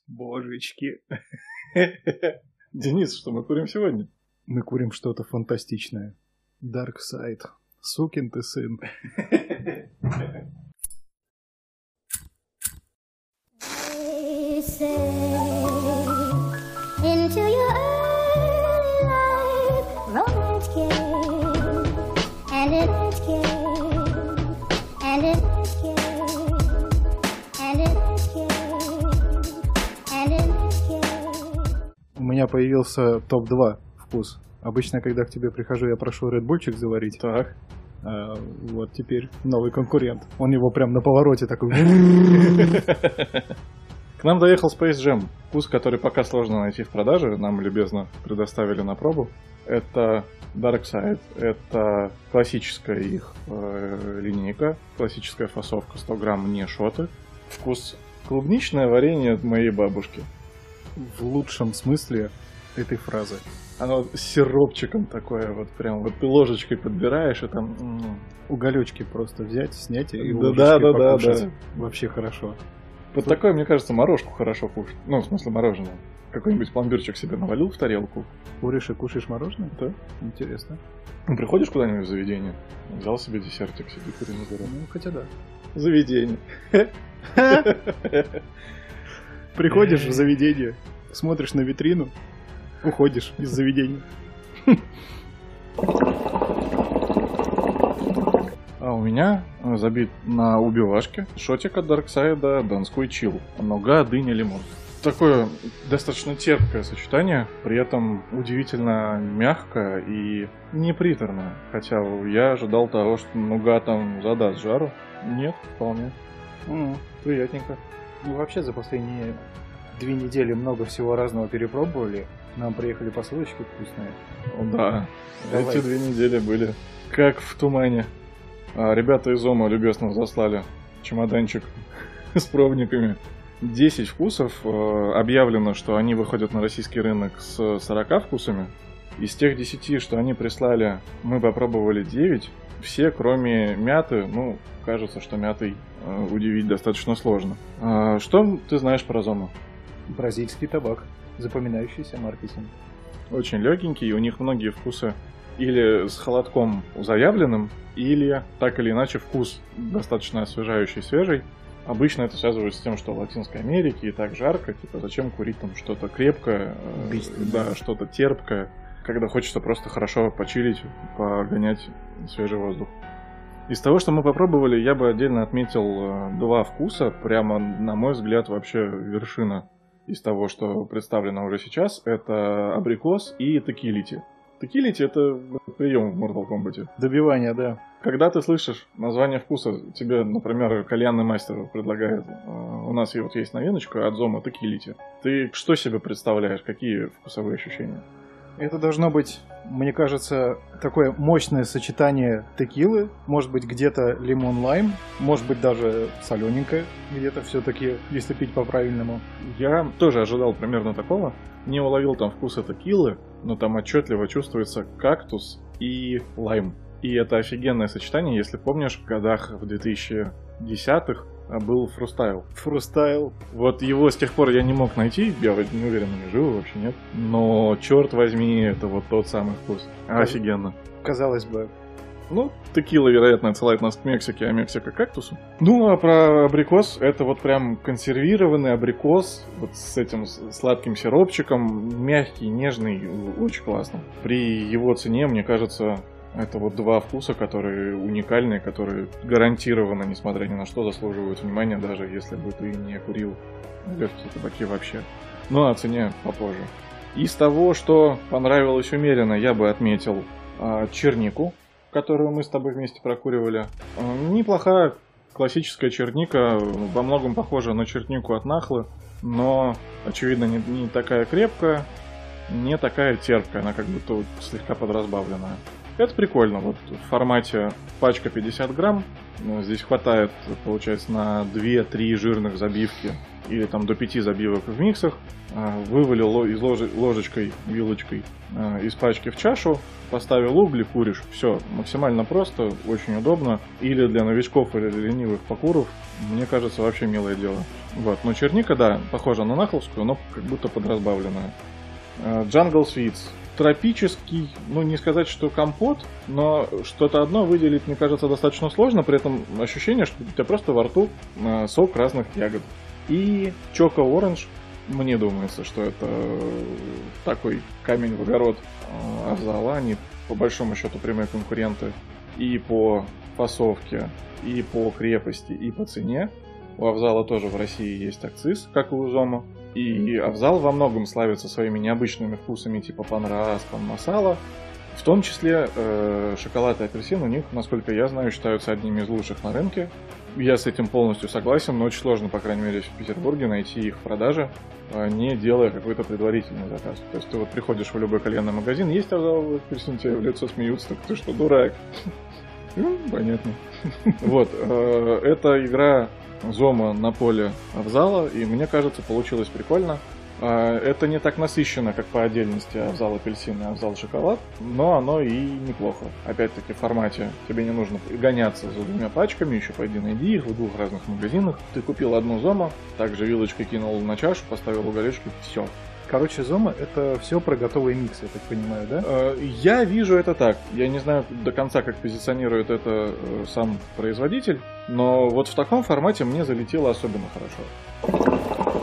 Божечки. Денис, что мы курим сегодня? Мы курим что-то фантастичное. Dark Side. Сукин ты сын. Into your early life, romance came, and it came, and it came, and it came, and it came. У меня появился топ-2 вкус. Обычно, когда к тебе прихожу, я прошу Red Bullчик заварить. Так. Вот теперь новый конкурент. Он его прям на повороте такой... К нам доехал Space Jam. Вкус, который пока сложно найти в продаже, нам любезно предоставили на пробу. Это Dark Side. Это классическая их линейка, классическая фасовка, 100 грамм, не шоты. Вкус клубничное варенье от моей бабушки. В лучшем смысле этой фразы. Оно с сиропчиком такое, вот прям вот ты ложечкой подбираешь и там... Уголечки просто взять, снять и Да. покушать. Вообще хорошо. Вот такое, мне кажется, морожку хорошо кушать. Ну, в смысле мороженое. Какой-нибудь пломбирчик себе навалил в тарелку. Куришь и кушаешь мороженое? Да. Интересно. Ну, приходишь куда-нибудь в заведение, взял себе десертик, сиди, кури на здоровье. Ну, хотя да. Заведение. Приходишь в заведение, смотришь на витрину, уходишь из заведения. А у меня забит на убивашке шотик от Дарксайда Донской чил. Нога, дыня, лимон. Такое достаточно терпкое сочетание, при этом удивительно мягкое и неприторное. Хотя я ожидал того, что нога там задаст жару. Нет, вполне. Приятненько. Ну, вообще, за последние 2 недели много всего разного перепробовали. Нам приехали посылочки вкусные. Да, Давай. эти 2 недели были как в тумане. Ребята из ОМА любезно заслали чемоданчик с пробниками. 10 вкусов. Объявлено, что они выходят на российский рынок с 40 вкусами. Из тех 10, что они прислали, мы попробовали 9. Все, кроме мяты. Ну, кажется, что мятой удивить достаточно сложно. Что ты знаешь про ЗОМА? Бразильский табак. Запоминающийся маркетинг. Очень легенький, у них многие вкусы или с холодком заявленным, или так или иначе вкус достаточно освежающий, свежий. Обычно это связывается с тем, что в Латинской Америке и так жарко, типа зачем курить там что-то крепкое, да, что-то терпкое, когда хочется просто хорошо почилить, погонять свежий воздух. Из того, что мы попробовали, я бы отдельно отметил 2 вкуса, прямо, на мой взгляд, вообще вершина из того, что представлено уже сейчас. Это абрикос и текилити. Текилити — это прием в Mortal Kombat. Добивание, да. Когда ты слышишь название вкуса, тебе, например, кальянный мастер предлагает, у нас вот есть новиночка от ЗОМА текилити. Ты что себе представляешь, какие вкусовые ощущения? Это должно быть, мне кажется, такое мощное сочетание текилы. Может быть, где-то лимон-лайм, может быть, даже солененькое где-то все-таки, если пить по-правильному. Я тоже ожидал примерно такого. Не уловил там вкуса текилы, но там отчетливо чувствуется кактус и лайм. И это офигенное сочетание, если помнишь, в годах в 2010-х был фрустайл. Фрустайл. Вот его с тех пор я не мог найти, я не уверен, он жив вообще, нет. Но, черт возьми, это вот тот самый вкус. Офигенно. Казалось бы. Ну, текила, вероятно, отсылает нас к Мексике, а Мексика к кактусу. Ну, а про абрикос, это вот прям консервированный абрикос, вот с этим сладким сиропчиком, мягкий, нежный, очень классно. При его цене, мне кажется, это вот 2 вкуса, которые уникальные, которые гарантированно, несмотря ни на что, заслуживают внимания, даже если бы ты не курил легкие табаки вообще. Ну, о цене попозже. Из того, что понравилось умеренно, я бы отметил чернику, которую мы с тобой вместе прокуривали. Неплохая классическая черника, во многом похожа на чернику от Нахлы, но, очевидно, не такая крепкая, не такая терпкая, она как будто вот слегка подразбавленная. Это прикольно, вот в формате пачка 50 грамм, здесь хватает, получается, на 2-3 жирных забивки или там до 5 забивок в миксах, вывалил ложечкой, вилочкой из пачки в чашу, поставил угли, куришь. Все, максимально просто, очень удобно. Или для новичков, или для ленивых покуров, мне кажется, вообще милое дело. Вот. Но черника, да, похожа на нахловскую, но как будто подразбавленная. Jungle Sweets. Тропический, ну не сказать, что компот, но что-то одно выделить, мне кажется, достаточно сложно. При этом ощущение, что у тебя просто во рту сок разных ягод. И Choco Orange. Мне думается, что это такой камень в огород Авзала. Они по большому счету прямые конкуренты и по фасовке, и по крепости, и по цене. У Авзала тоже в России есть акциз, как и у Зома. И Авзал во многом славится своими необычными вкусами типа панрас, пан-масала. В том числе шоколад и апельсин у них, насколько я знаю, считаются одними из лучших на рынке. Я с этим полностью согласен, но очень сложно, по крайней мере, в Петербурге найти их в продаже, не делая какой-то предварительный заказ. То есть ты вот приходишь в любой кальянный магазин, есть Авзал апельсин, тебе в лицо смеются, так ты что, дурак? Ну, понятно. Вот, это игра Зома на поле Авзала, и мне кажется, получилось прикольно. Это не так насыщенно, как по отдельности Авзал апельсин и Авзал шоколад, но оно и неплохо. Опять-таки в формате тебе не нужно гоняться за двумя пачками, еще пойди найди их в двух разных магазинах. Ты купил одну Зома, также вилочкой кинул на чашу, поставил уголечки, все. Короче, Зома — это все про готовый микс, я так понимаю, да? Я вижу это так. Я не знаю до конца, как позиционирует это сам производитель, но вот в таком формате мне залетело особенно хорошо.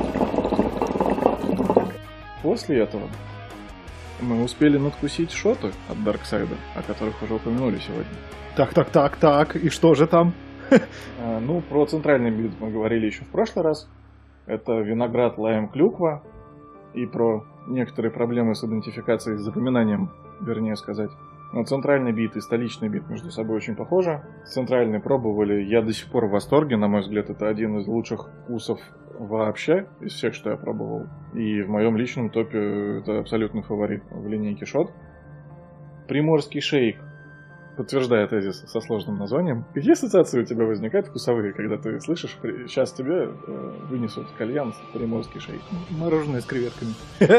После этого мы успели надкусить шоты от Дарксайда, о которых уже упомянули сегодня. Так, и что же там? Ну, про центральный бит мы говорили еще в прошлый раз. Это виноград, лайм, клюква. И про некоторые проблемы с идентификацией, с запоминанием, вернее сказать. Но центральный бит и столичный бит между собой очень похожи. Центральный пробовали, я до сих пор в восторге. На мой взгляд, это один из лучших вкусов вообще из всех, что я пробовал. И в моем личном топе это абсолютный фаворит в линейке шот. Приморский шейк, подтверждая тезис со сложным названием. Какие ассоциации у тебя возникают вкусовые, когда ты слышишь, сейчас тебе вынесут кальян приморский шейк? Мороженое с креветками.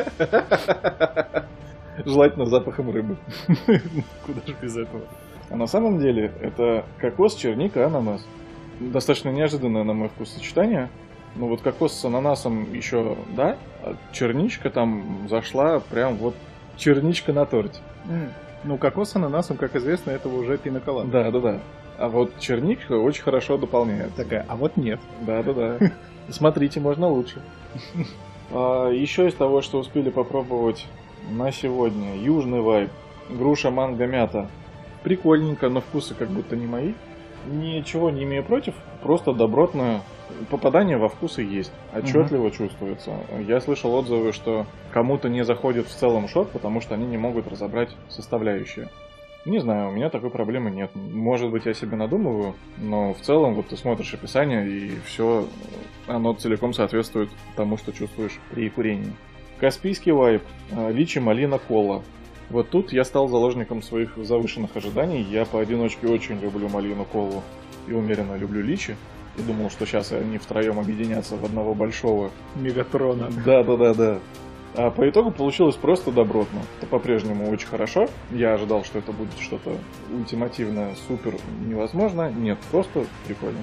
Желательно запахом рыбы. Куда же без этого? А на самом деле это кокос, черника, ананас. Достаточно неожиданное, на мой вкус, сочетание. Ну вот кокос с ананасом еще, да, а черничка там зашла прям вот черничка на торте. Ну, кокос с ананасом, как известно, это уже пина-колада. Да. А вот черника очень хорошо дополняет. Такая, а вот нет. Да. Смотрите, можно лучше. Еще из того, что успели попробовать на сегодня. Южный вайб. Груша, манго, мята. Прикольненько, но вкусы как будто не мои. Ничего не имею против. Просто добротное попадание во вкусы есть. Отчетливо чувствуется. Я слышал отзывы, что кому-то не заходит в целом шот, потому что они не могут разобрать составляющие. Не знаю, у меня такой проблемы нет. Может быть, я себе надумываю, но в целом вот ты смотришь описание, и все, оно целиком соответствует тому, что чувствуешь при курении. Каспийский вайб, личи, малина, кола. Вот тут я стал заложником своих завышенных ожиданий. Я поодиночке очень люблю малину, колу и умеренно люблю личи. И думал, что сейчас они втроем объединятся в одного большого Мегатрона. Да. А по итогу получилось просто добротно. Это по-прежнему очень хорошо. Я ожидал, что это будет что-то ультимативное, супер невозможно. Нет, просто прикольно.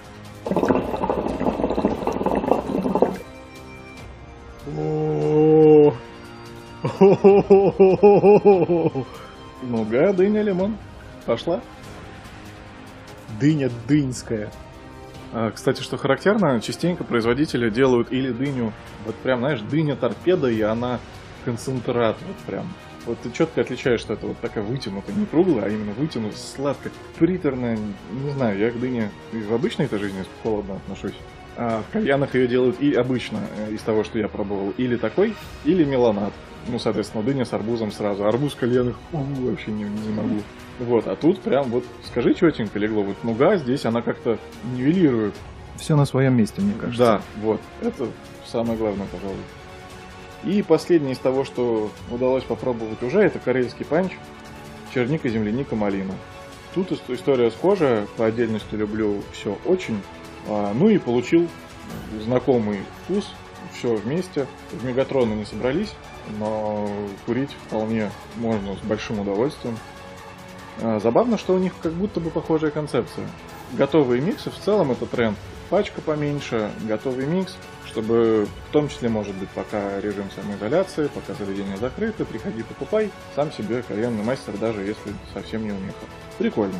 Нуга, дыня, лимон. Пошла. Дыня дынская. Кстати, что характерно, частенько производители делают или дыню, вот прям, знаешь, дыня торпеда, и она концентрат, вот прям. Вот ты четко отличаешь, что это вот такая вытянутая, не круглая, а именно вытянутая, сладкая, приторная. Не знаю, я к дыне и в обычной-то жизни холодно отношусь. А в кальянах ее делают и обычно, из того, что я пробовал, или такой, или меланат. Ну, соответственно, дыня с арбузом сразу. Арбуз в кальянах вообще не могу. Вот, а тут прям вот, скажи, четенько легло. Вот нуга здесь, она как-то нивелирует. Все на своем месте, мне кажется. Да, вот, это самое главное, пожалуй. И последнее из того, что удалось попробовать уже, это карельский панч. Черника, земляника, малина. Тут история схожая, по отдельности люблю все очень. Ну и получил знакомый вкус, все вместе. В Мегатрон не собрались, но курить вполне можно с большим удовольствием. Забавно, что у них как будто бы похожая концепция. Готовые миксы в целом это тренд. Пачка поменьше, готовый микс, чтобы в том числе, может быть, пока режим самоизоляции, пока заведение закрыто, приходи, покупай, сам себе кальянный мастер, даже если совсем не умеха. Прикольно.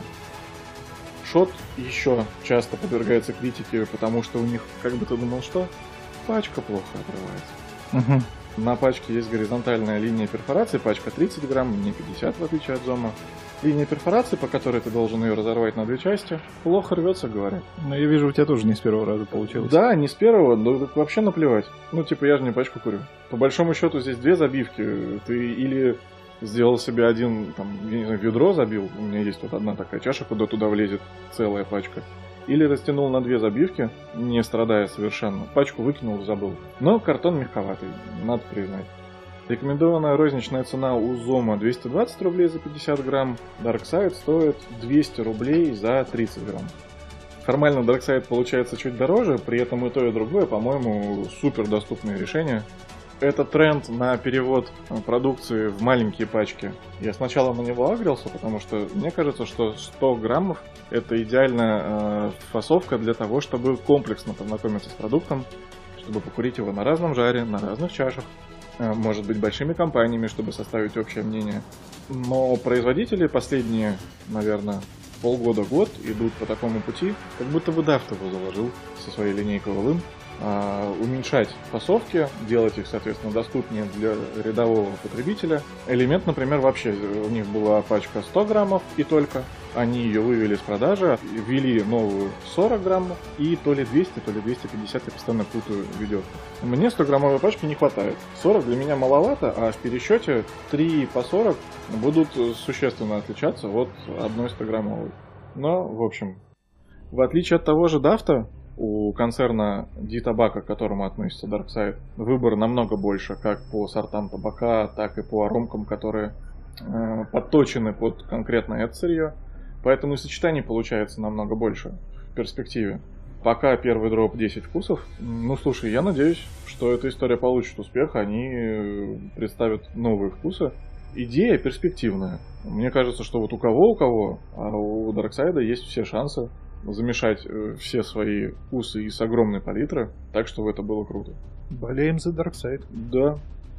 Шот еще часто подвергается критике, потому что у них, как бы ты думал, что? Пачка плохо отрывается. На пачке есть горизонтальная линия перфорации, пачка 30 грамм, не 50, в отличие от Зома. Линия перфорации, по которой ты должен ее разорвать на две части, плохо рвется, говорят. Но я вижу, у тебя тоже не с первого раза получилось. Да, не с первого, но вообще наплевать. Ну, типа, я же не пачку курю. По большому счету, здесь две забивки. Ты или сделал себе один, там, я не знаю, ведро забил, у меня есть вот одна такая чаша, куда туда влезет целая пачка. Или растянул на две забивки, не страдая совершенно. Пачку выкинул и забыл. Но картон мягковатый, надо признать. Рекомендованная розничная цена у Зома 220 рублей за 50 грамм. Darkside стоит 200 рублей за 30 грамм. Формально Darkside получается чуть дороже, при этом и то, и другое, по-моему, супер доступное решение. Это тренд на перевод продукции в маленькие пачки. Я сначала на него агрился, потому что мне кажется, что 100 граммов это идеальная фасовка для того, чтобы комплексно познакомиться с продуктом, чтобы покурить его на разном жаре, на разных чашах, может быть, большими компаниями, чтобы составить общее мнение. Но производители последние, наверное, полгода-год идут по такому пути, как будто бы Дафт его заложил со своей линейкой All-In. Уменьшать фасовки, делать их, соответственно, доступнее для рядового потребителя. Элемент, например, вообще, у них была пачка 100 граммов и только. Они ее вывели с продажи, ввели новую 40 граммов и то ли 200, то ли 250, я постоянно путаю ведерко. Мне 100-граммовой пачки не хватает. 40 для меня маловато, а в пересчете 3 по 40 будут существенно отличаться от одной 100-граммовой. Но, в общем, в отличие от того же Дафта, у концерна D-Tobacco, к которому относится Darkside, выбор намного больше, как по сортам табака, так и по аромкам, которые подточены под конкретно это сырье. Поэтому и сочетаний получается намного больше в перспективе. Пока первый дроп 10 вкусов. Ну, слушай, я надеюсь, что эта история получит успех, они представят новые вкусы. Идея перспективная. Мне кажется, что вот у кого, а у Darkside есть все шансы замешать все свои вкусы из огромной палитры, так, чтобы это было круто. Болеем за Darkside. Да.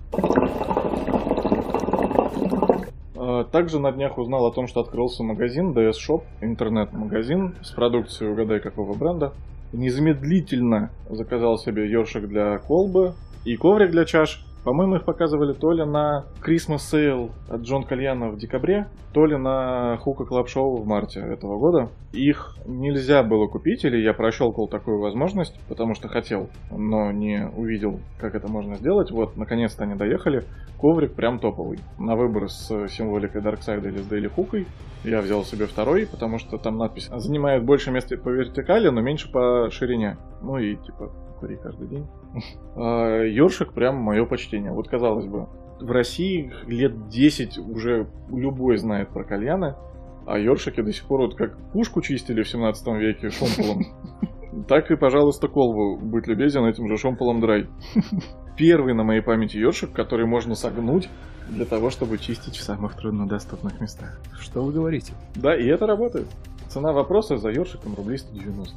Также на днях узнал о том, что открылся магазин DS Shop, интернет-магазин с продукцией, угадай какого бренда. Незамедлительно заказал себе ёршик для колбы и коврик для чаш. По-моему, их показывали то ли на Christmas Sale от Джон Кальяна в декабре, то ли на Hookah Club Show в марте этого года. Их нельзя было купить, или я прощелкал такую возможность, потому что хотел, но не увидел, как это можно сделать. Вот, наконец-то они доехали. Коврик прям топовый. На выбор с символикой Darkside или с Daily Hookah. Я взял себе второй, потому что там надпись занимает больше места по вертикали, но меньше по ширине. Ну и типа кури каждый день. Ёршик прям мое почтение. Вот казалось бы, в России лет 10 уже любой знает про кальяны, а ёршики до сих пор вот как пушку чистили в 17 веке шомполом, так и, пожалуйста, колбу, будь любезен, этим же шомполом драй. Первый на моей памяти ёршик, который можно согнуть для того, чтобы чистить в самых труднодоступных местах. Что вы говорите? Да, и это работает. Цена вопроса за ёршиком рублей 190.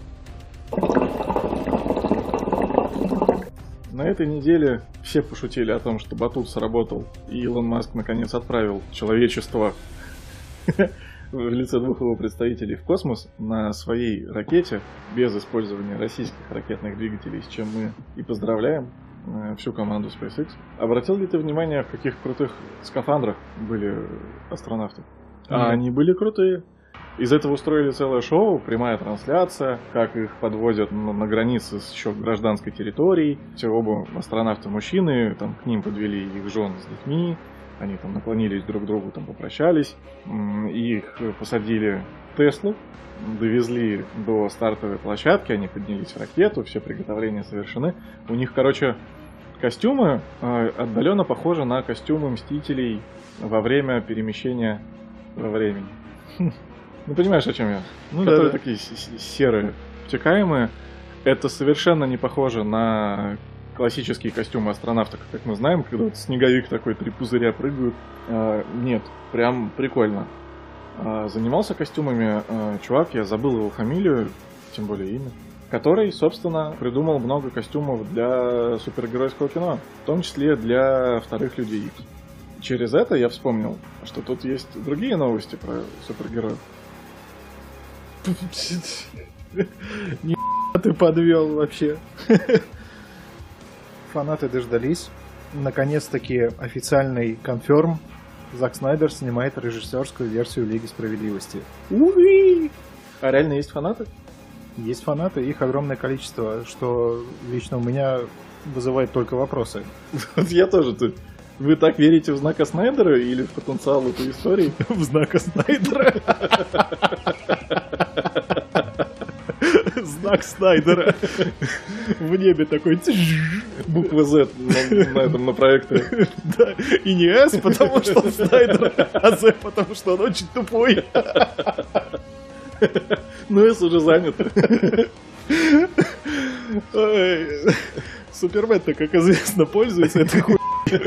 На этой неделе все пошутили о том, что батут сработал, и Илон Маск наконец отправил человечество в лице двух его представителей в космос на своей ракете без использования российских ракетных двигателей, с чем мы и поздравляем всю команду SpaceX. Обратил ли ты внимание, в каких крутых скафандрах были астронавты? А они были крутые. Из этого устроили целое шоу, прямая трансляция, как их подвозят на границе с еще гражданской территорией. Все оба астронавты мужчины, там к ним подвели их жен с детьми, они там наклонились друг к другу, там попрощались, их посадили в Теслу, довезли до стартовой площадки, они поднялись в ракету, все приготовления совершены. У них, короче, костюмы отдаленно похожи на костюмы Мстителей во время перемещения во времени. Ну, понимаешь, о чем я? Ну, которые да. такие серые, обтекаемые. Это совершенно не похоже на классические костюмы астронавта, как мы знаем, когда вот снеговик такой, 3 пузыря прыгают. Нет, прям прикольно. Занимался костюмами чувак, я забыл его фамилию, тем более имя, который, собственно, придумал много костюмов для супергеройского кино, в том числе для вторых Людей Икс. Через это я вспомнил, что тут есть другие новости про супергероев. Не ты подвел вообще. Фанаты дождались. Наконец-таки официальный конферм. Зак Снайдер снимает режиссерскую версию Лиги Справедливости. Уи! А реально есть фанаты? Есть фанаты, их огромное количество, что лично у меня вызывает только вопросы. Я тоже тут. Вы так верите в Знака Снайдера или в потенциал этой истории? В Знака Снайдера? Знак Снайдера. В небе такой... Буква Z на проекторе. Да, и не S, потому что он Снайдер, а Z, потому что он очень тупой. Ну, S уже занят. Супермен-то, как известно, пользуется этой хуйней.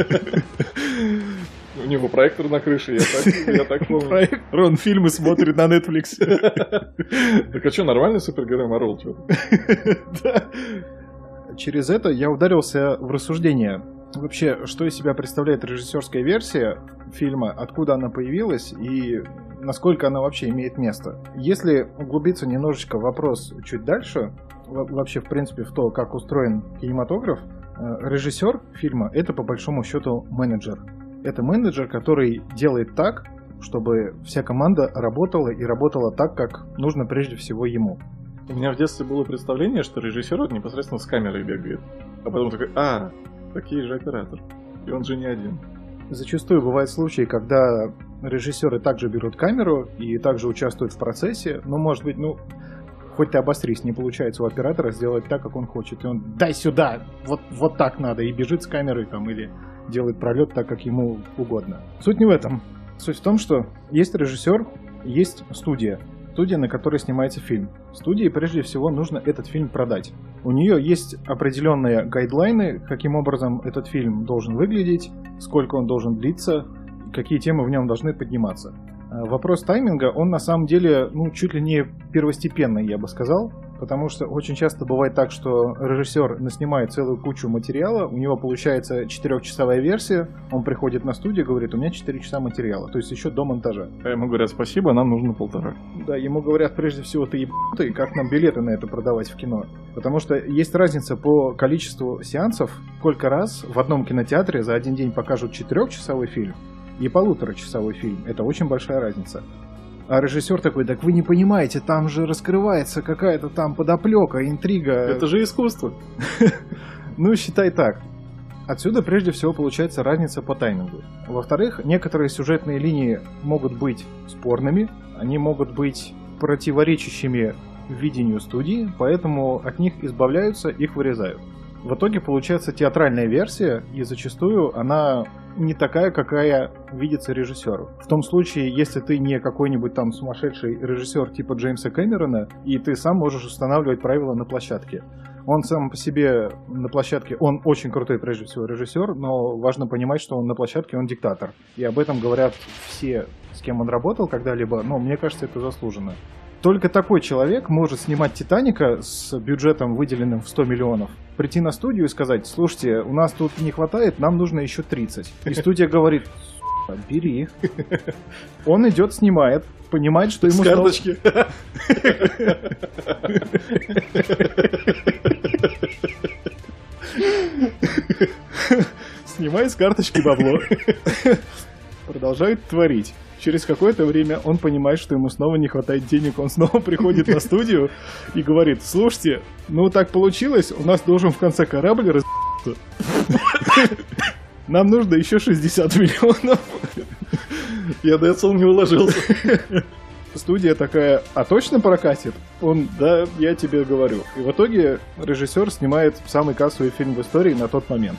У него проектор на крыше, я так помню. Проектор, он фильмы смотрит на Netflix. Так а что, нормальный супергерой Марвел? Да. Через это я ударился в рассуждение. Вообще, что из себя представляет режиссерская версия фильма, откуда она появилась и насколько она вообще имеет место. Если углубиться немножечко в вопрос чуть дальше, вообще, в принципе, в то, как устроен кинематограф, режиссер фильма — это, по большому счету, менеджер. Это менеджер, который делает так, чтобы вся команда работала и работала так, как нужно прежде всего ему. У меня в детстве было представление, что режиссер непосредственно с камерой бегает. А потом такой, такие же оператор. И он же не один. Зачастую бывают случаи, когда режиссеры также берут камеру и также участвуют в процессе, но, может быть, хоть ты обострись, не получается у оператора сделать так, как он хочет. И он, дай сюда, вот так надо, и бежит с камерой там, или делает пролет так, как ему угодно. Суть не в этом. Суть в том, что есть режиссер, есть студия, на которой снимается фильм. Студии прежде всего нужно этот фильм продать. У нее есть определенные гайдлайны, каким образом этот фильм должен выглядеть, сколько он должен длиться, какие темы в нем должны подниматься. Вопрос тайминга, он на самом деле чуть ли не первостепенный, я бы сказал, потому что очень часто бывает так, что режиссер наснимает целую кучу материала, у него получается 4-часовая версия, он приходит на студию и говорит, у меня 4 часа материала, то есть еще до монтажа. А ему говорят, спасибо, нам нужно 1,5. Да, ему говорят, прежде всего, ты ебанутый, как нам билеты на это продавать в кино? Потому что есть разница по количеству сеансов, сколько раз в одном кинотеатре за один день покажут 4-часовой фильм, и 1,5-часовой фильм. Это очень большая разница. А режиссер такой, так вы не понимаете, там же раскрывается какая-то там подоплека, интрига. Это же искусство. Считай так. Отсюда прежде всего получается разница по таймингу. Во-вторых, некоторые сюжетные линии могут быть спорными, они могут быть противоречащими видению студии, поэтому от них избавляются, их вырезают. В итоге получается театральная версия, и зачастую она не такая, какая видится режиссеру. В том случае, если ты не какой-нибудь там сумасшедший режиссер типа Джеймса Кэмерона, и ты сам можешь устанавливать правила на площадке. Он сам по себе на площадке, он очень крутой прежде всего режиссер, но важно понимать, что он на площадке, он диктатор. И об этом говорят все, с кем он работал когда-либо, но мне кажется, это заслуженно. Только такой человек может снимать «Титаника» с бюджетом, выделенным в 100 миллионов, прийти на студию и сказать, слушайте, у нас тут не хватает, нам нужно еще 30. И студия говорит, бери. Он идет, снимает, понимает, что ему... С карточки. Снимает с карточки бабло. Продолжает творить. Через какое-то время он понимает, что ему снова не хватает денег, он снова приходит на студию и говорит, слушайте, так получилось, у нас должен в конце корабль разъебаться. Нам нужно еще 60 миллионов. Я до этого не уложился. Студия такая, а точно прокатит? Он, да, я тебе говорю. И в итоге режиссер снимает самый кассовый фильм в истории на тот момент.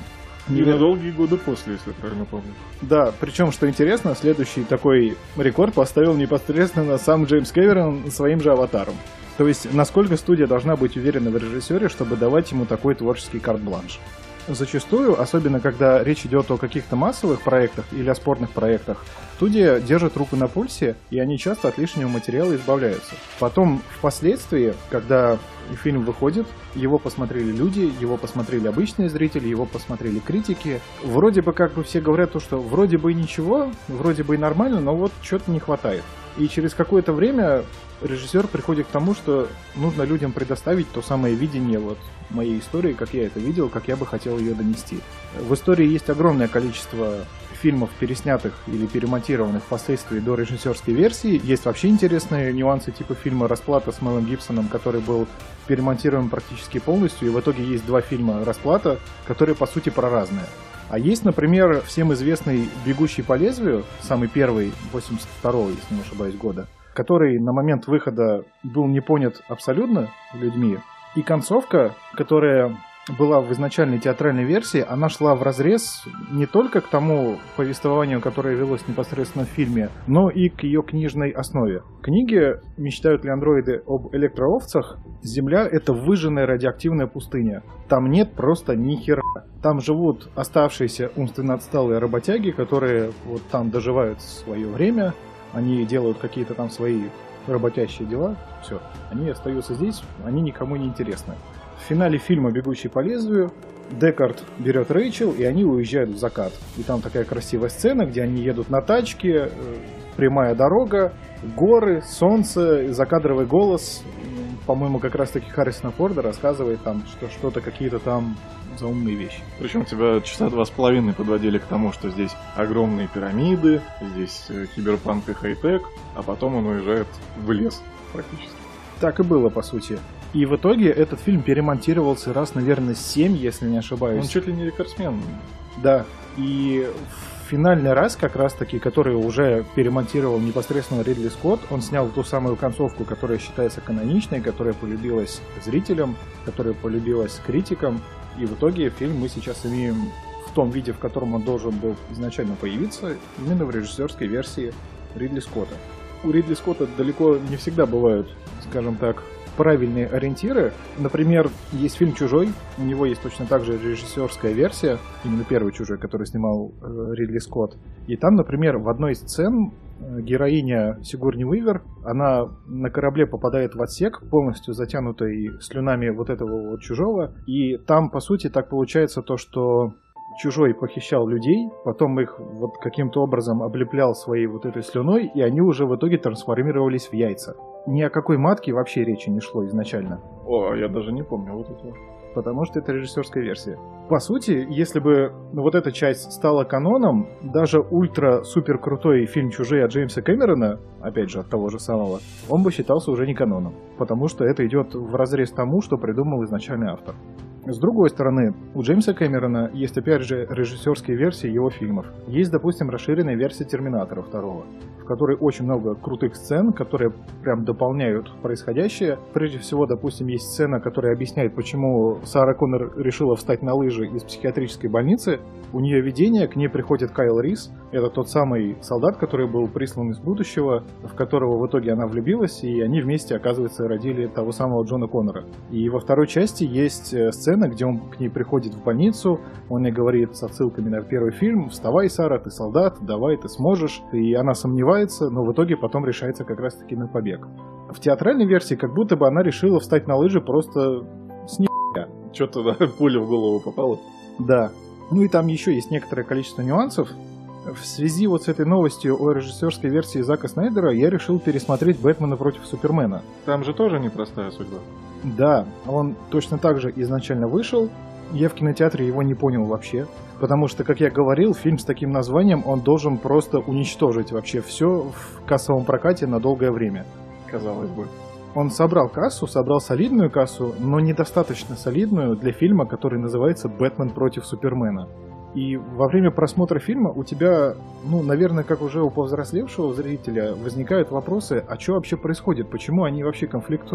И на долгие годы после, если я правильно помню. Да, причем, что интересно, следующий такой рекорд поставил непосредственно сам Джеймс Кэмерон своим же аватаром. То есть, насколько студия должна быть уверена в режиссере, чтобы давать ему такой творческий карт-бланш. Зачастую, особенно когда речь идет о каких-то массовых проектах или о спорных проектах, студия держит руку на пульсе, и они часто от лишнего материала избавляются. Потом, впоследствии, когда фильм выходит, его посмотрели люди, его посмотрели обычные зрители, его посмотрели критики. Вроде бы как бы все говорят то, что вроде бы и ничего, вроде бы и нормально, но вот что-то не хватает. И через какое-то время режиссер приходит к тому, что нужно людям предоставить то самое видение вот моей истории, как я это видел, как я бы хотел ее донести. В истории есть огромное количество фильмов, переснятых или перемонтированных впоследствии до режиссерской версии. Есть вообще интересные нюансы типа фильма «Расплата» с Мелом Гибсоном, который был перемонтирован практически полностью, и в итоге есть два фильма «Расплата», которые по сути про разное. А есть, например, всем известный «Бегущий по лезвию», самый первый, 82-го, если не ошибаюсь, года, который на момент выхода был не понят абсолютно людьми. И концовка, которая была в изначальной театральной версии, она шла вразрез не только к тому повествованию, которое велось непосредственно в фильме, но и к ее книжной основе. В книге «Мечтают ли андроиды об электроовцах?» Земля — это выжженная радиоактивная пустыня. Там нет просто ни хера. Там живут оставшиеся умственно отсталые работяги, которые вот там доживают свое время, они делают какие-то там свои работящие дела, все. Они остаются здесь, они никому не интересны. В финале фильма «Бегущий по лезвию» Декард берет Рэйчел, и они уезжают в закат. И там такая красивая сцена, где они едут на тачке, прямая дорога, горы, солнце, закадровый голос. По-моему, как раз-таки Харрисона Форда рассказывает там, что что-то, какие-то там заумные вещи. Причем тебя часа 2,5 подводили к тому, что здесь огромные пирамиды, здесь киберпанк и хай-тек, а потом он уезжает в лес практически. Так и было, по сути. И в итоге этот фильм перемонтировался раз, наверное, 7, если не ошибаюсь. Он чуть ли не рекордсмен. Да, и финальный раз, как раз-таки, который уже перемонтировал непосредственно Ридли Скотт, он снял ту самую концовку, которая считается каноничной, которая полюбилась зрителям, которая полюбилась критикам. И в итоге фильм мы сейчас имеем в том виде, в котором он должен был изначально появиться, именно в режиссерской версии Ридли Скотта. У Ридли Скотта далеко не всегда бывают, скажем так, правильные ориентиры. Например, есть фильм «Чужой», у него есть точно так же режиссерская версия, именно первый «Чужой», который снимал Ридли Скотт. И там, например, в одной из сцен героиня Сигурни Уивер, она на корабле попадает в отсек, полностью затянутый слюнами вот этого вот чужого, и там, по сути, так получается то, что Чужой похищал людей, потом их вот каким-то образом облеплял своей вот этой слюной, и они уже в итоге трансформировались в яйца. Ни о какой матке вообще речи не шло изначально. О, я даже не помню вот этого. Потому что это режиссерская версия. По сути, если бы вот эта часть стала каноном, даже ультра-супер крутой фильм «Чужие» от Джеймса Кэмерона, опять же от того же самого, он бы считался уже не каноном. Потому что это идет вразрез тому, что придумал изначальный автор. С другой стороны, у Джеймса Кэмерона есть опять же режиссерские версии его фильмов. Есть, допустим, расширенная версия «Терминатора 2», в которой очень много крутых сцен, которые прям дополняют происходящее. Прежде всего, допустим, есть сцена, которая объясняет, почему Сара Коннор решила встать на лыжи из психиатрической больницы. У нее видение, к ней приходит Кайл Рис. Это тот самый солдат, который был прислан из будущего, в которого в итоге она влюбилась, и они вместе, оказывается, родили того самого Джона Коннора. И во второй части есть сцена, где он к ней приходит в больницу, он ей говорит с отсылками на первый фильм: «Вставай, Сара, ты солдат, давай, ты сможешь». И она сомневается, но в итоге потом решается как раз-таки на побег. В театральной версии как будто бы она решила встать на лыжи просто с нихуя. Что-то, да, пуля в голову попала. Да. Ну и там еще есть некоторое количество нюансов. В связи вот с этой новостью о режиссерской версии Зака Снайдера я решил пересмотреть «Бэтмена против Супермена». Там же тоже непростая судьба. Да, он точно так же изначально вышел. Я в кинотеатре его не понял вообще. Потому что, как я говорил, фильм с таким названием, он должен просто уничтожить вообще все в кассовом прокате на долгое время. Казалось бы. Он собрал кассу, собрал солидную кассу, но недостаточно солидную для фильма, который называется «Бэтмен против Супермена». И во время просмотра фильма у тебя, наверное, как уже у повзрослевшего зрителя, возникают вопросы, а что вообще происходит, почему они вообще конфликтуют.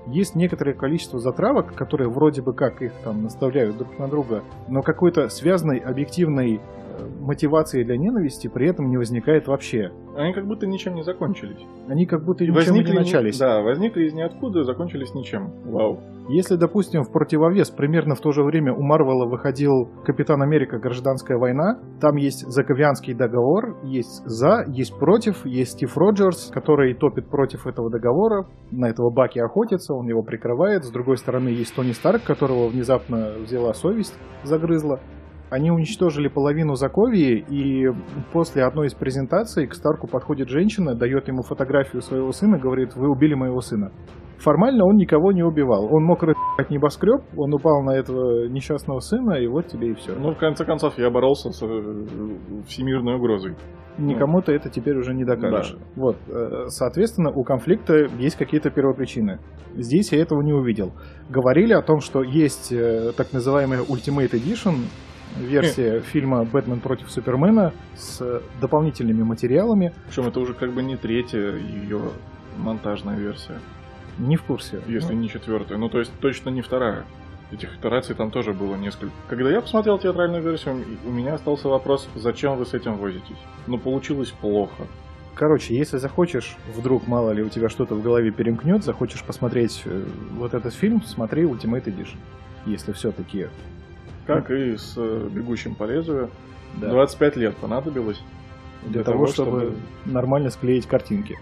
есть некоторое количество затравок, которые вроде бы как их там наставляют друг на друга, но какой-то связанной объективной мотивации для ненависти при этом не возникает вообще. Они как будто ничем не закончились. Они как будто ничем не начались. Да, возникли из ниоткуда, закончились ничем. Вау. Если, допустим, в противовес примерно в то же время у Марвела выходил Капитан Америка. Гражданская война, там есть Заковянский договор, есть за, есть против, есть Стив Роджерс, который топит против этого договора, на этого Баки охотится, он его прикрывает. С другой стороны, есть Тони Старк, которого внезапно взяла совесть, загрызла. Они уничтожили половину Заковии, и после одной из презентаций к Старку подходит женщина, дает ему фотографию своего сына, говорит: вы убили моего сына. Формально он никого не убивал. Он мог от небоскреб, он упал на этого несчастного сына, и вот тебе и все. Ну, в конце концов, я боролся с всемирной угрозой. Никому ты это теперь уже не докажешь. Да. Вот, соответственно, у конфликта есть какие-то первопричины. Здесь я этого не увидел. Говорили о том, что есть так называемая Ultimate Edition, версия фильма «Бэтмен против Супермена» с дополнительными материалами. Причем это уже как бы не третья ее монтажная версия. Не в курсе. Если не четвертая. Ну, то есть точно не вторая. Этих итераций там тоже было несколько. Когда я посмотрел театральную версию, у меня остался вопрос: зачем вы с этим возитесь? Ну, получилось плохо. Короче, если захочешь, вдруг, мало ли, у тебя что-то в голове перемкнет, захочешь посмотреть вот этот фильм, смотри Ultimate Edition. Если все-таки... Как и с «Бегущим по лезвию». Да. 25 лет понадобилось для того, чтобы нормально склеить картинки.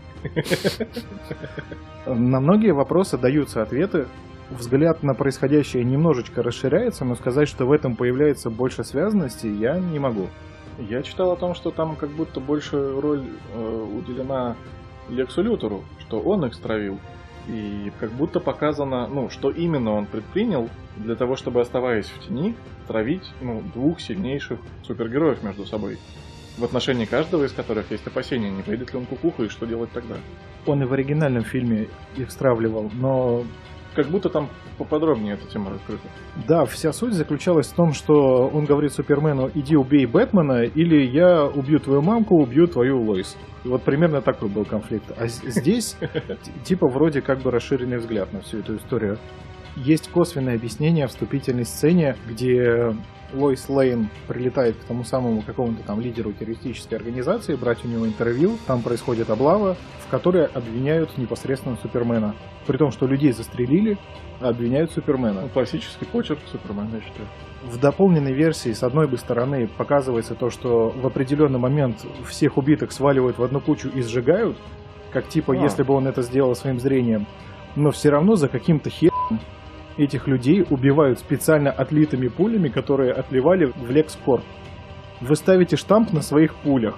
На многие вопросы даются ответы. Взгляд на происходящее немножечко расширяется, но сказать, что в этом появляется больше связанности, я не могу. Я читал о том, что там как будто больше роль уделена Лексу Лютеру, что он их стравил. И как будто показано, что именно он предпринял для того, чтобы, оставаясь в тени, травить двух сильнейших супергероев между собой. В отношении каждого из которых есть опасения, не пойдет ли он кукуху и что делать тогда. Он и в оригинальном фильме их стравливал, но... Как будто там поподробнее эта тема раскрыта. Да, вся суть заключалась в том, что он говорит Супермену: иди убей Бэтмена, или я убью твою мамку, убью твою Лоис. И вот примерно такой был конфликт. А здесь типа вроде как бы расширенный взгляд на всю эту историю. Есть косвенное объяснение в вступительной сцене, где Лоис Лейн прилетает к тому самому какому-то там лидеру террористической организации, брать у него интервью. Там происходит облава, в которой обвиняют непосредственно Супермена. При том, что людей застрелили, а обвиняют Супермена. Классический почерк Супермена, я считаю. В дополненной версии, с одной стороны, показывается то, что в определенный момент всех убитых сваливают в одну кучу и сжигают, как типа если бы он это сделал своим зрением. Но все равно за каким-то хером этих людей убивают специально отлитыми пулями, которые отливали в Лексcorp. Вы ставите штамп на своих пулях.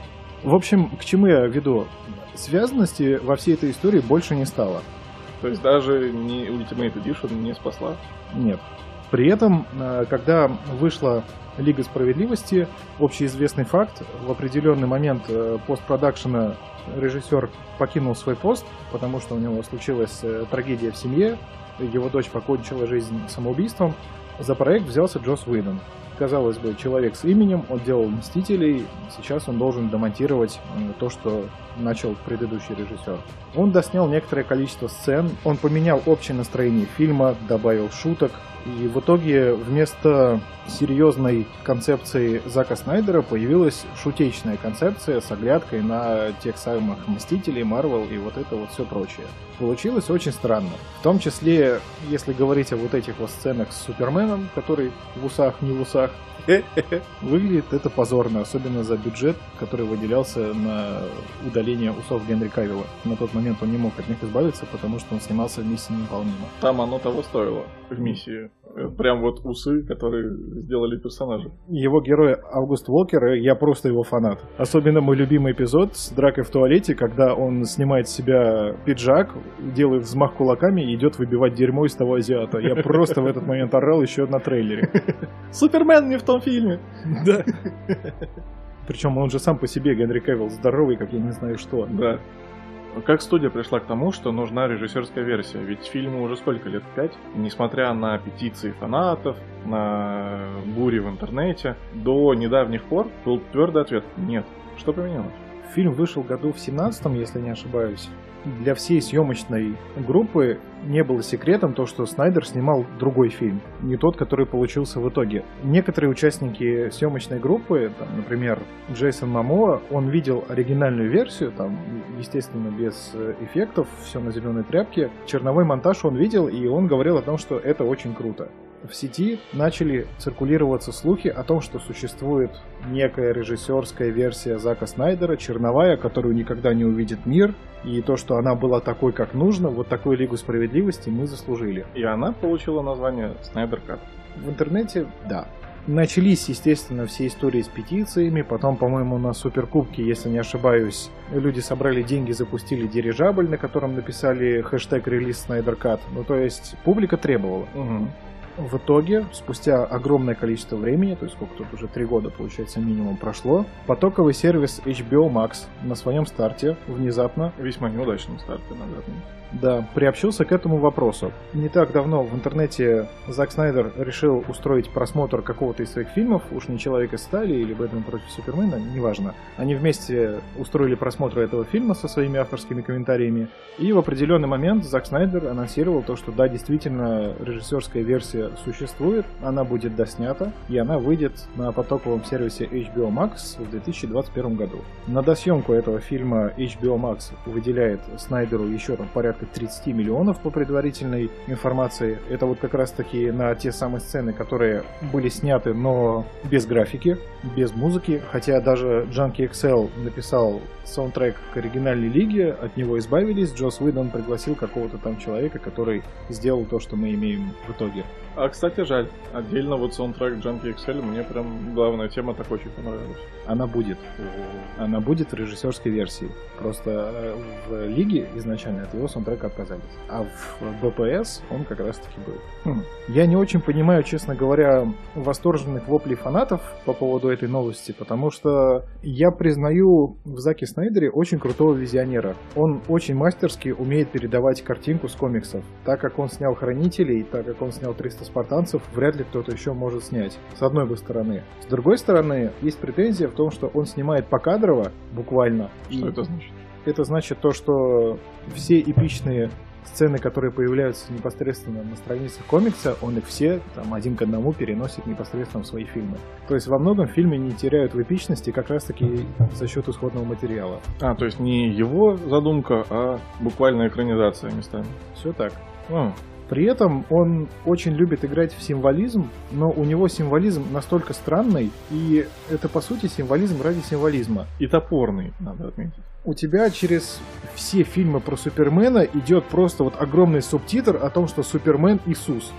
В общем, к чему я веду? Связанности во всей этой истории больше не стало. То есть даже не Ultimate Edition не спасла? Нет. При этом, когда вышла Лига Справедливости, общеизвестный факт, в определенный момент постпродакшена режиссер покинул свой пост, потому что у него случилась трагедия в семье, его дочь покончила жизнь самоубийством. За проект взялся Джосс Уидон. Казалось бы, человек с именем, он делал «Мстителей», сейчас он должен домонтировать то, что начал предыдущий режиссер. Он доснял некоторое количество сцен, он поменял общее настроение фильма, добавил шуток, и в итоге вместо серьезной концепции Зака Снайдера появилась шутечная концепция с оглядкой на тех самых «Мстителей», Марвел и вот это вот все прочее. Получилось очень странно. В том числе, если говорить о вот этих вот сценах с Суперменом, который в усах, не в усах, выглядит это позорно, особенно за бюджет, который выделялся на удаление усов Генри Кавилла. На тот момент он не мог от них избавиться, потому что он снимался в «Миссии невыполнима». Там оно того стоило, в «Миссии». Прям вот усы, которые сделали персонажа. Его герой Август Уокер, я просто его фанат. Особенно мой любимый эпизод с дракой в туалете, когда он снимает с себя пиджак, делает взмах кулаками и идет выбивать дерьмо из того азиата. Я просто в этот момент орал еще на трейлере. Супермен не в том фильме! Да. Причем он же сам по себе, Генри Кавилл, здоровый, как я не знаю что. Да. Как студия пришла к тому, что нужна режиссерская версия? Ведь фильму уже сколько лет? 5? Несмотря на петиции фанатов, на бури в интернете, до недавних пор был твердый ответ: нет. Что поменялось? Фильм вышел году в 17-м, если не ошибаюсь. для всей съемочной группы не было секретом то, что Снайдер снимал другой фильм, не тот, который получился в итоге. Некоторые участники съемочной группы, там, например, Джейсон Момоа, он видел оригинальную версию, там, естественно, без эффектов, все на зеленой тряпке. Черновой монтаж он видел, и он говорил о том, что это очень круто. В сети начали циркулироваться слухи о том, что существует некая режиссерская версия Зака Снайдера, черновая, которую никогда не увидит мир, и то, что она была такой, как нужно, вот такую Лигу Справедливости мы заслужили. И она получила название Снайдер Кат. В интернете, да. Начались, естественно, все истории с петициями, потом, по-моему, на Суперкубке, если не ошибаюсь, люди собрали деньги, запустили дирижабль, на котором написали хэштег «Релиз Снайдер Кат». Ну, то есть, публика требовала. Угу. В итоге, спустя огромное количество времени, то есть сколько тут уже 3 года, получается, минимум прошло, потоковый сервис HBO Max на своем старте внезапно, Весьма неудачном старте, наверное. да, приобщился к этому вопросу. Не так давно в интернете Зак Снайдер решил устроить просмотр какого-то из своих фильмов, уж не «Человек из стали» или «Бэтмен против Супермена», неважно. Они вместе устроили просмотр этого фильма со своими авторскими комментариями, и в определенный момент Зак Снайдер анонсировал то, что да, действительно, режиссерская версия существует, она будет доснята, и она выйдет на потоковом сервисе HBO Max в 2021 году. На досъемку этого фильма HBO Max выделяет Снайдеру еще там порядка 30 миллионов по предварительной информации. Это вот как раз таки на те самые сцены, которые были сняты, но без графики, без музыки, хотя даже Junkie XL написал саундтрек к оригинальной Лиге, от него избавились, Джосс Уидон пригласил какого-то там человека, который сделал то, что мы имеем в итоге. А, кстати, жаль. Отдельно вот саундтрек Junkie XL, мне прям главная тема так очень понравилась. Она будет. Она будет в режиссерской версии. Просто в Лиге изначально от его саундтрека отказались. А в БПС он как раз таки был. Я не очень понимаю, честно говоря, восторженных воплей фанатов по поводу этой новости, потому что я признаю в Заке Снайдере очень крутого визионера. Он очень мастерски умеет передавать картинку с комиксов. Так как он снял «Хранителей», так как он снял «300 спартанцев», вряд ли кто-то еще может снять. С одной бы стороны. С другой стороны, есть претензия в том, что он снимает покадрово, буквально. Что это значит? Это значит то, что все эпичные сцены, которые появляются непосредственно на страницах комикса, он их все там 1 к 1 переносит непосредственно в свои фильмы. То есть во многом фильмы не теряют в эпичности как раз таки за счет исходного материала. А, то есть не его задумка, а буквально экранизация местами. Все так. При этом он очень любит играть в символизм, но у него символизм настолько странный, и это по сути символизм ради символизма. И топорный, надо отметить. У тебя через все фильмы про Супермена идет просто вот огромный субтитр о том, что Супермен Иисус.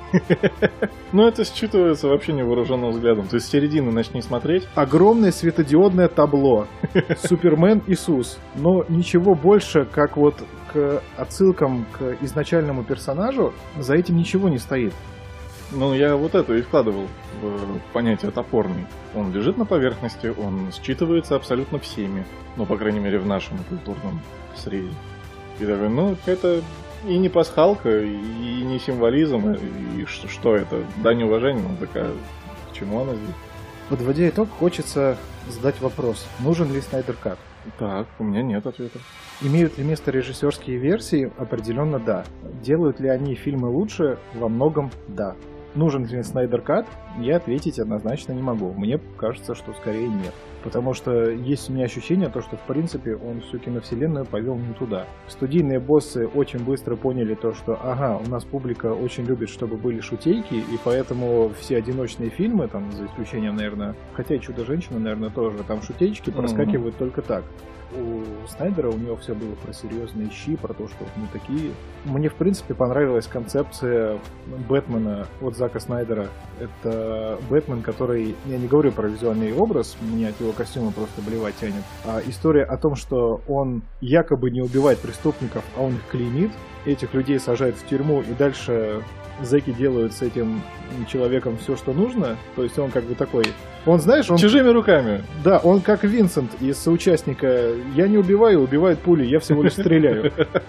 Ну, это считывается вообще невооруженным взглядом. То есть с середины начни смотреть. Огромное светодиодное табло. Супермен Иисус. Но ничего больше, как вот к отсылкам к изначальному персонажу, за этим ничего не стоит. Ну, я вот это и вкладывал в понятие топорный. Он лежит на поверхности, он считывается абсолютно всеми. Ну, по крайней мере, в нашем культурном среде. И такой, ну, это и не пасхалка, и не символизм, и что это? Дань уважения, ну, такая, к чему она здесь? Подводя итог, хочется задать вопрос. Нужен ли Снайдер Кат? Так, у меня нет ответа. Имеют ли место режиссерские версии? Определенно да. Делают ли они фильмы лучше? Во многом да. Нужен ли Снайдер Кат? Я ответить однозначно не могу. Мне кажется, что скорее нет. Потому что есть у меня ощущение, то, что в принципе он всю киновселенную повел не туда. Студийные боссы очень быстро поняли то, что ага, у нас публика очень любит, чтобы были шутейки, и поэтому все одиночные фильмы, там, за исключением, наверное, хотя и «Чудо-женщина», наверное, тоже, там шутеечки проскакивают только так. У Снайдера у него все было про серьезные щи, про то, что мы такие. Мне, в принципе, понравилась концепция Бэтмена от Зака Снайдера. Это Бэтмен, который... Я не говорю про визуальный образ, мне от его костюма просто блевать тянет. А история о том, что он якобы не убивает преступников, а он их клеймит, этих людей сажают в тюрьму, и дальше зэки делают с этим человеком все, что нужно. То есть он как бы такой... Он, знаешь, он... Чужими руками. Да, он как Винсент из соучастника. Я не убиваю, убивают пули, я всего лишь стреляю.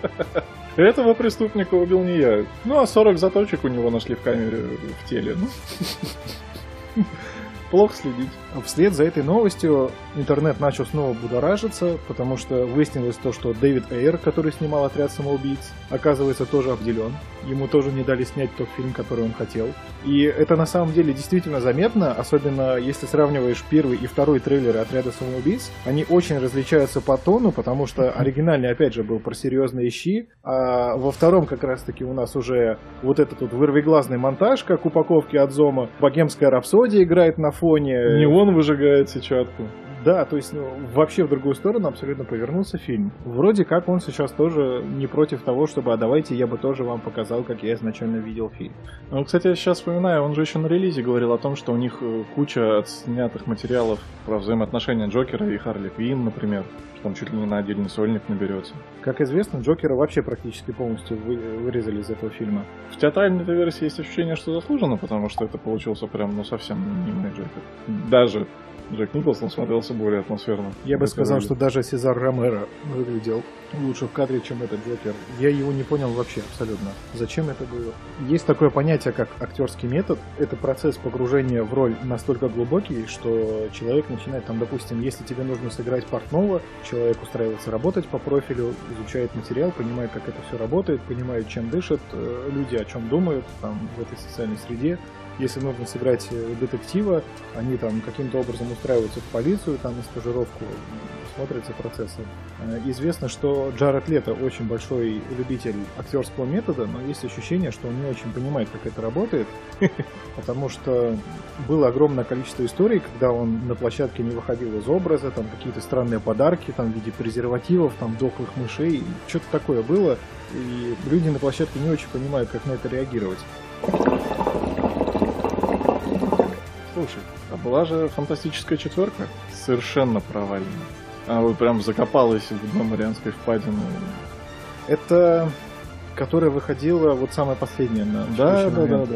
Этого преступника убил не я. Ну, а 40 заточек у него нашли в камере в теле. Плохо следить. Вслед за этой новостью интернет начал снова будоражиться, потому что выяснилось то, что Дэвид Эйр, который снимал «Отряд самоубийц», оказывается тоже обделен. Ему тоже не дали снять тот фильм, который он хотел. И это на самом деле действительно заметно, особенно если сравниваешь первый и второй трейлеры «Отряда самоубийц». Они очень различаются по тону, потому что оригинальный, опять же, был про серьезные щи, а во втором как раз-таки у нас уже вот этот вот вырвиглазный монтаж, как упаковки от Зома, «Богемская рапсодия» играет на фоне. Не он выжигает сетчатку. Да, то есть вообще в другую сторону абсолютно повернулся фильм. Вроде как он сейчас тоже не против того, чтобы, а давайте я бы тоже вам показал, как я изначально видел фильм. Ну, кстати, я сейчас вспоминаю, он же еще на релизе говорил о том, что у них куча отснятых материалов про взаимоотношения Джокера и Харли Квинн, например, что он чуть ли не на отдельный сольник наберется. Как известно, Джокера вообще практически полностью вырезали из этого фильма. В театральной версии есть ощущение, что заслуженно, потому что это получился прям, совсем не мой Джокер. Даже Джек Николсон смотрелся более атмосферно. Я бы сказал, что даже Сезар Ромеро выглядел лучше в кадре, чем этот Джокер. Я его не понял вообще абсолютно. Зачем это было? Есть такое понятие, как актерский метод. Это процесс погружения в роль настолько глубокий, что человек начинает, там, допустим, если тебе нужно сыграть портного, человек устраивается работать по профилю, изучает материал, понимает, как это все работает, понимает, чем дышат люди, о чем думают там, в этой социальной среде. Если нужно сыграть детектива, они там каким-то образом устраиваются в полицию, там на стажировку, смотрятся процессы. Известно, что Джаред Лето очень большой любитель актерского метода, но есть ощущение, что он не очень понимает, как это работает, потому что было огромное количество историй, когда он на площадке не выходил из образа, там какие-то странные подарки там, в виде презервативов, там дохлых мышей, что-то такое было, и люди на площадке не очень понимают, как на это реагировать. Слушай, а была же «Фантастическая четверка» совершенно провальная. А вот прям закопалась в дно Марианской впадины. Это которая выходила вот самая последняя на Да.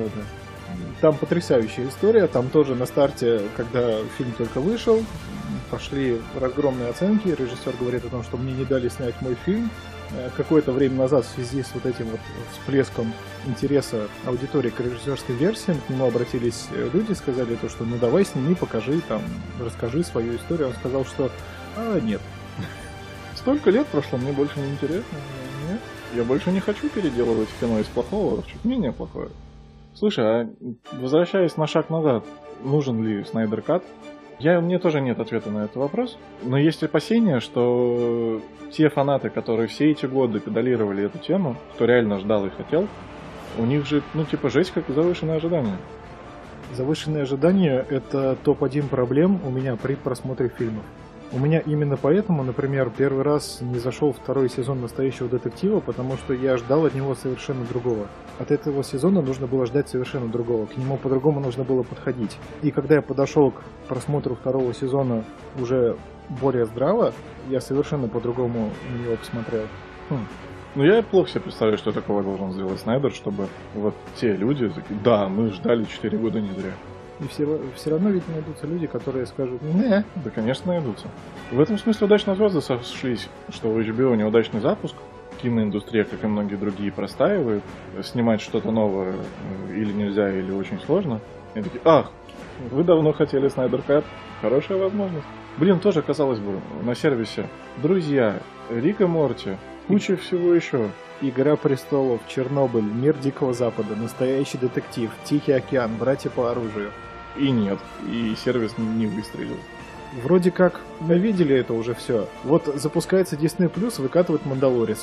Там потрясающая история. Там тоже на старте, когда фильм только вышел, пошли разгромные оценки. Режиссер говорит о том, что мне не дали снять мой фильм. Какое-то время назад в связи с вот этим вот всплеском интереса аудитории к режиссерским версиям к нему обратились люди, сказали то, что ну давай сними, покажи, там, расскажи свою историю. Он сказал, что нет. Столько лет прошло, мне больше не интересно. Нет. Я больше не хочу переделывать кино из плохого в чуть менее плохое. Слушай, а возвращаясь на шаг назад, нужен ли Снайдер Кат? Мне тоже нет ответа на этот вопрос, но есть опасения, что те фанаты, которые все эти годы педалировали эту тему, кто реально ждал и хотел, у них же, жесть, как завышенные ожидания. Завышенные ожидания – это топ-1 проблем у меня при просмотре фильмов. У меня именно поэтому, например, первый раз не зашел второй сезон «Настоящего детектива», потому что я ждал от него совершенно другого. От этого сезона нужно было ждать совершенно другого, к нему по-другому нужно было подходить. И когда я подошел к просмотру второго сезона уже более здраво, я совершенно по-другому на него посмотрел. Ну, я плохо себе представляю, что такого должен сделать Снайдер, чтобы вот те люди такие, да, мы ждали 4 года не зря. И все равно ведь найдутся люди, которые скажут, не. Да, конечно, найдутся. В этом смысле удачно звезды сошлись, что у HBO неудачный запуск, киноиндустрия, как и многие другие, простаивает, снимать что-то новое или нельзя, или очень сложно. И такие, вы давно хотели Снайдер Кат, хорошая возможность. Блин, тоже, казалось бы, на сервисе «Друзья», «Рик и Морти», куча всего еще. «Игра престолов», «Чернобыль», «Мир Дикого Запада», «Настоящий детектив», «Тихий океан», «Братья по оружию». И нет, и сервис не выстрелил. Вроде как мы видели это уже все. Вот запускается Disney+, выкатывает «Мандалорец».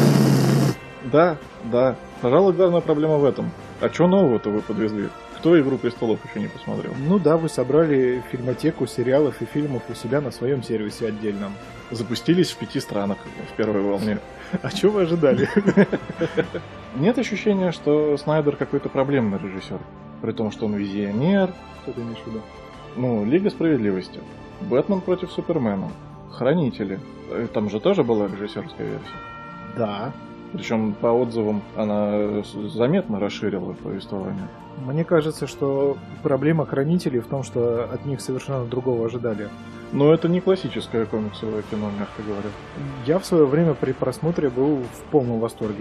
Да. Пожалуй, главная проблема в этом. А что нового-то вы подвезли? Кто «Игру престолов» еще не посмотрел? Ну да, вы собрали фильмотеку сериалов и фильмов у себя на своем сервисе отдельном. Запустились в 5 странах в первой волне. А что вы ожидали? Нет ощущения, что Снайдер какой-то проблемный режиссер. При том, что он визионер. Что ты имеешь в виду? Лига справедливости. Бэтмен против Супермена. Хранители. Там же тоже была режиссерская версия. Да. Причем по отзывам она заметно расширила повествование. Мне кажется, что проблема Хранителей в том, что от них совершенно другого ожидали. Но это не классическое комиксовое кино, мягко говоря. Я в свое время при просмотре был в полном восторге.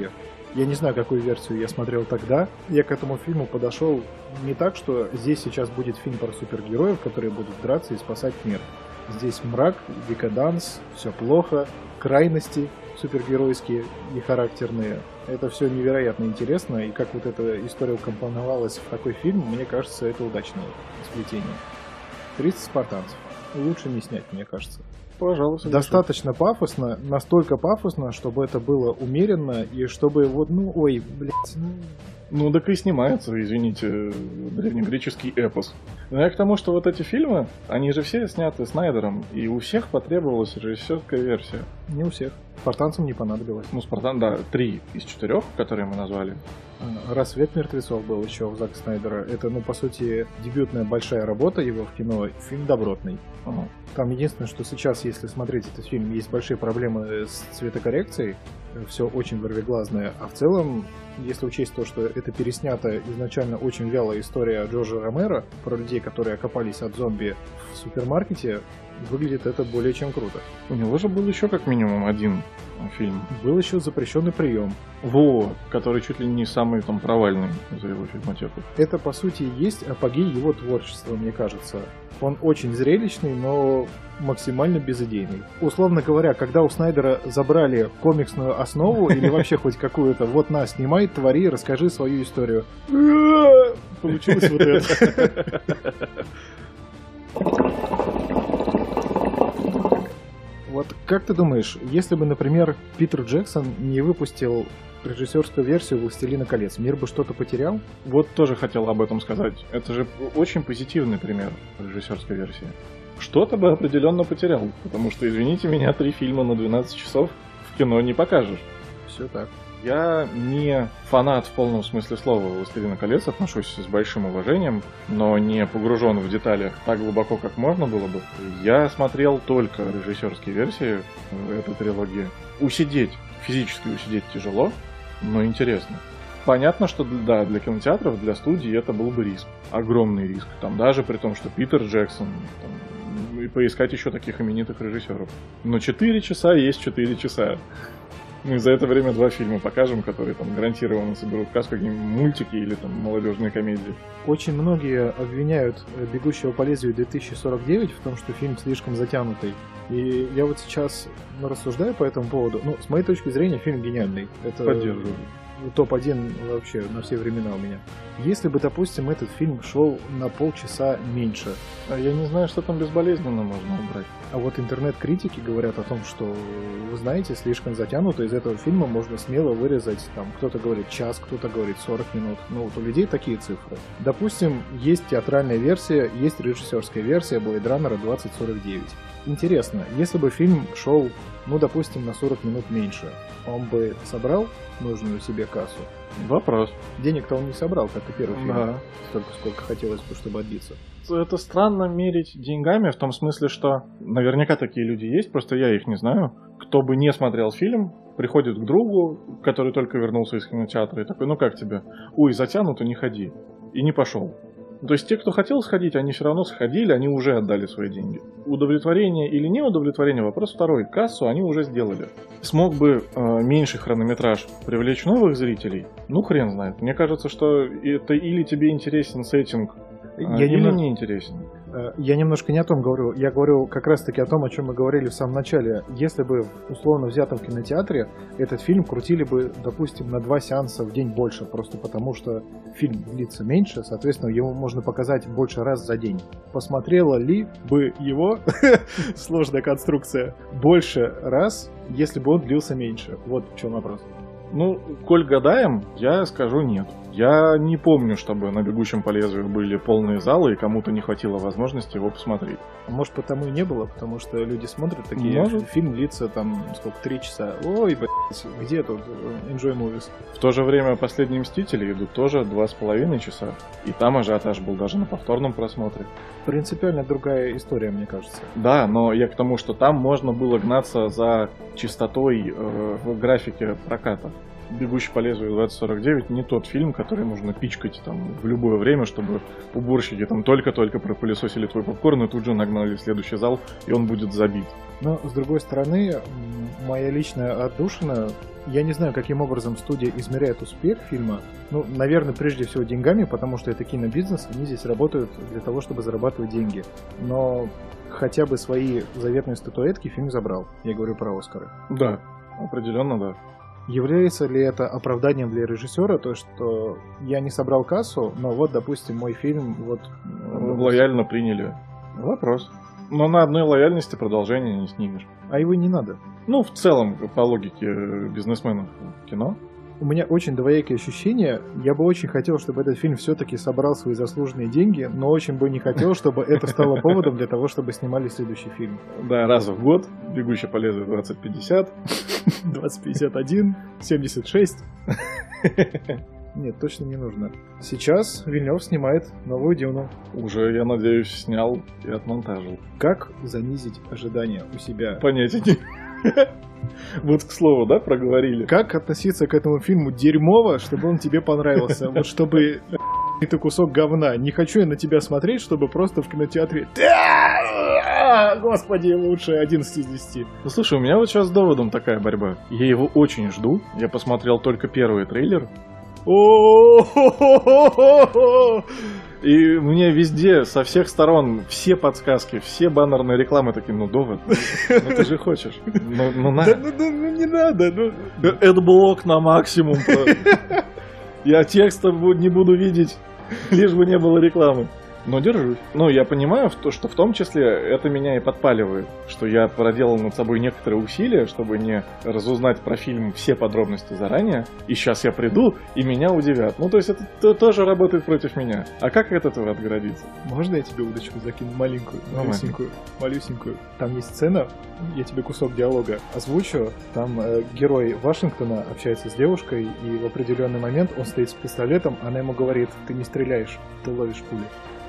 Я не знаю, какую версию я смотрел тогда. Я к этому фильму подошел не так, что здесь сейчас будет фильм про супергероев, которые будут драться и спасать мир. Здесь мрак, декаданс, все плохо, крайности супергеройские и характерные. Это все невероятно интересно, и как вот эта история укомпоновалась в такой фильм, мне кажется, это удачное сплетение. 30 спартанцев. Лучше не снять, мне кажется. Пожалуйста. Достаточно пафосно, настолько пафосно, чтобы это было умеренно, и чтобы вот, Ну, так и снимается, извините, древнегреческий эпос. Но я к тому, что вот эти фильмы, они же все сняты Снайдером, и у всех потребовалась режиссерская версия. Не у всех. Спартанцам не понадобилось. Ну, Спартан, да, 3 из 4, которые мы назвали. «Рассвет мертвецов» был еще у Зака Снайдера. Это, по сути, дебютная большая работа его в кино. Фильм добротный. Там единственное, что сейчас, если смотреть этот фильм, есть большие проблемы с цветокоррекцией. Все очень вырвиглазное. А в целом, если учесть то, что это переснята изначально очень вялая история Джорджа Ромеро про людей, которые окопались от зомби в супермаркете, выглядит это более чем круто. У него же был еще как минимум один фильм. Был еще «Запрещенный прием». Который чуть ли не самый там провальный за его фильмотеку. Это, по сути, и есть апогей его творчества, мне кажется. Он очень зрелищный, но максимально безыдейный. Условно говоря, когда у Снайдера забрали комиксную основу или вообще хоть какую-то, вот на, снимай, твори, расскажи свою историю. Получилось вот это. Вот как ты думаешь, если бы, например, Питер Джексон не выпустил режиссерскую версию «Властелина колец», мир бы что-то потерял? Вот тоже хотел об этом сказать. Это же очень позитивный пример режиссерской версии. Что-то бы определенно потерял, потому что, извините меня, 3 фильма на 12 часов в кино не покажешь. Все так. Я не фанат в полном смысле слова «Властелина колец», отношусь с большим уважением, но не погружен в детали так глубоко, как можно было бы. Я смотрел только режиссерские версии этой трилогии. Физически усидеть тяжело, но интересно. Понятно, что да, для кинотеатров, для студий это был бы риск. Огромный риск. Там даже при том, что Питер Джексон, и поискать еще таких именитых режиссеров. Но 4 часа есть 4 часа. Мы за это время 2 фильма покажем, которые там гарантированно соберут кассу, какие-нибудь мультики или там молодежные комедии. Очень многие обвиняют «Бегущего по лезвию 2049» в том, что фильм слишком затянутый. И я вот сейчас рассуждаю по этому поводу. С моей точки зрения, фильм гениальный. Это поддерживаю. Топ-1 вообще на все времена у меня. Если бы, допустим, этот фильм шел на полчаса меньше. Я не знаю, что там безболезненно можно убрать. А вот интернет-критики говорят о том, что, вы знаете, слишком затянуто, из этого фильма можно смело вырезать, кто-то говорит час, кто-то говорит 40 минут. Вот у людей такие цифры. Допустим, есть театральная версия, есть режиссерская версия Blade Runner 2049. Интересно, если бы фильм шел, допустим, на 40 минут меньше, он бы собрал нужную себе кассу? Вопрос. Денег-то он не собрал, как и первый фильм. Да. Столько, сколько хотелось бы, чтобы отбиться. Это странно мерить деньгами, в том смысле, что наверняка такие люди есть, просто я их не знаю. Кто бы не смотрел фильм, приходит к другу, который только вернулся из кинотеатра, и такой, как тебе? Ой, затянуто, не ходи. И не пошел. То есть те, кто хотел сходить, они все равно сходили, они уже отдали свои деньги. Удовлетворение или не удовлетворение, вопрос второй. Кассу они уже сделали. Смог бы меньший хронометраж привлечь новых зрителей? Хрен знает. Мне кажется, что это или тебе интересен сеттинг, или не интересен. Я немножко не о том говорю. Я говорю как раз-таки о том, о чем мы говорили в самом начале. Если бы в условно взятом кинотеатре этот фильм крутили бы, допустим, на 2 сеанса в день больше, просто потому что фильм длится меньше, соответственно, его можно показать больше раз за день. Посмотрела ли бы его, сложная конструкция, больше раз, если бы он длился меньше? Вот в чем вопрос. Коль гадаем, я скажу нет. Я не помню, чтобы на «Бегущем по лезвию» были полные залы, и кому-то не хватило возможности его посмотреть. Может, потому и не было, потому что люди смотрят такие, Может. Фильм длится 3 часа. Ой, где тут Enjoy Movies? В то же время «Последние мстители» идут тоже 2,5 часа. И там ажиотаж был даже на повторном просмотре. Принципиально другая история, мне кажется. Да, но я к тому, что там можно было гнаться за чистотой в графике проката. «Бегущий по лезвию 2049» не тот фильм, который нужно пичкать там в любое время, чтобы уборщики там только-только пропылесосили твой попкорн и тут же нагнали в следующий зал, и он будет забит. Но, с другой стороны, моя личная отдушина, я не знаю, каким образом студия измеряет успех фильма. Ну, наверное, прежде всего деньгами, потому что это кинобизнес, они здесь работают для того, чтобы зарабатывать деньги. Но хотя бы свои заветные статуэтки фильм забрал. Я говорю про «Оскары». Да, определенно да. Является ли это оправданием для режиссера, то, что я не собрал кассу, но вот, допустим, мой фильм вот... Лояльно приняли. Вопрос. Но на одной лояльности продолжения не снимешь. А его не надо. Ну, в целом, по логике бизнесменов кино. У меня очень двоякие ощущения. Я бы очень хотел, чтобы этот фильм все-таки собрал свои заслуженные деньги, но очень бы не хотел, чтобы это стало поводом для того, чтобы снимали следующий фильм. Да, раз в год. «Бегущий по лезвию 2050». 2051, 76. Нет, точно не нужно. Сейчас Вильнёв снимает новую «Дюну». Уже, я надеюсь, снял и отмонтажил. Как занизить ожидания у себя? Понятия не... Вот, к слову, да, проговорили. Как относиться к этому фильму дерьмово, чтобы он тебе понравился? Вот чтобы ты кусок говна. Не хочу я на тебя смотреть, чтобы просто в кинотеатре... Господи, лучше 11 из 10. Ну, слушай, у меня вот сейчас с доводом такая борьба. Я его очень жду. Я посмотрел только первый трейлер. И мне везде, со всех сторон, все подсказки, все баннерные рекламы такие, ну, довод, ну ты же хочешь. Ну, на. Да, ну не надо. Эдблок на максимум. Я текста не буду видеть, лишь бы не было рекламы. Но держусь. Ну, я понимаю, что в том числе это меня и подпаливает, что я проделал над собой некоторые усилия, чтобы не разузнать про фильм все подробности заранее, и сейчас я приду, и меня удивят. Ну, то есть это тоже работает против меня. А как от этого отгородиться? Можно я тебе удочку закину маленькую, малюсенькую? Там есть сцена, я тебе кусок диалога озвучу. Там герой Вашингтона общается с девушкой, и в определенный момент он стоит с пистолетом, она ему говорит: ты не стреляешь, ты ловишь пули.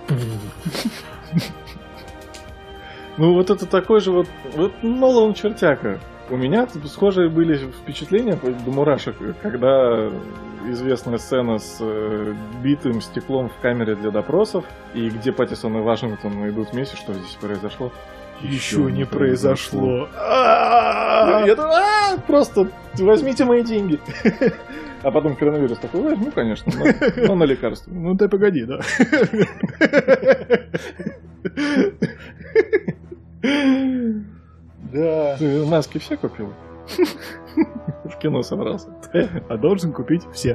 Ну вот это такой же вот Нолан чертяка. У меня схожие были впечатления до мурашек, когда известная сцена с битым стеклом в камере для допросов, и где Паттисон и Вашингтон идут вместе, что здесь произошло. Еще не произошло. Я просто возьмите мои деньги. А потом коронавирус такой: возьму, конечно, но на лекарство. Ну ты погоди, да. Да. Ты маски все купил? В кино собрался. А должен купить все.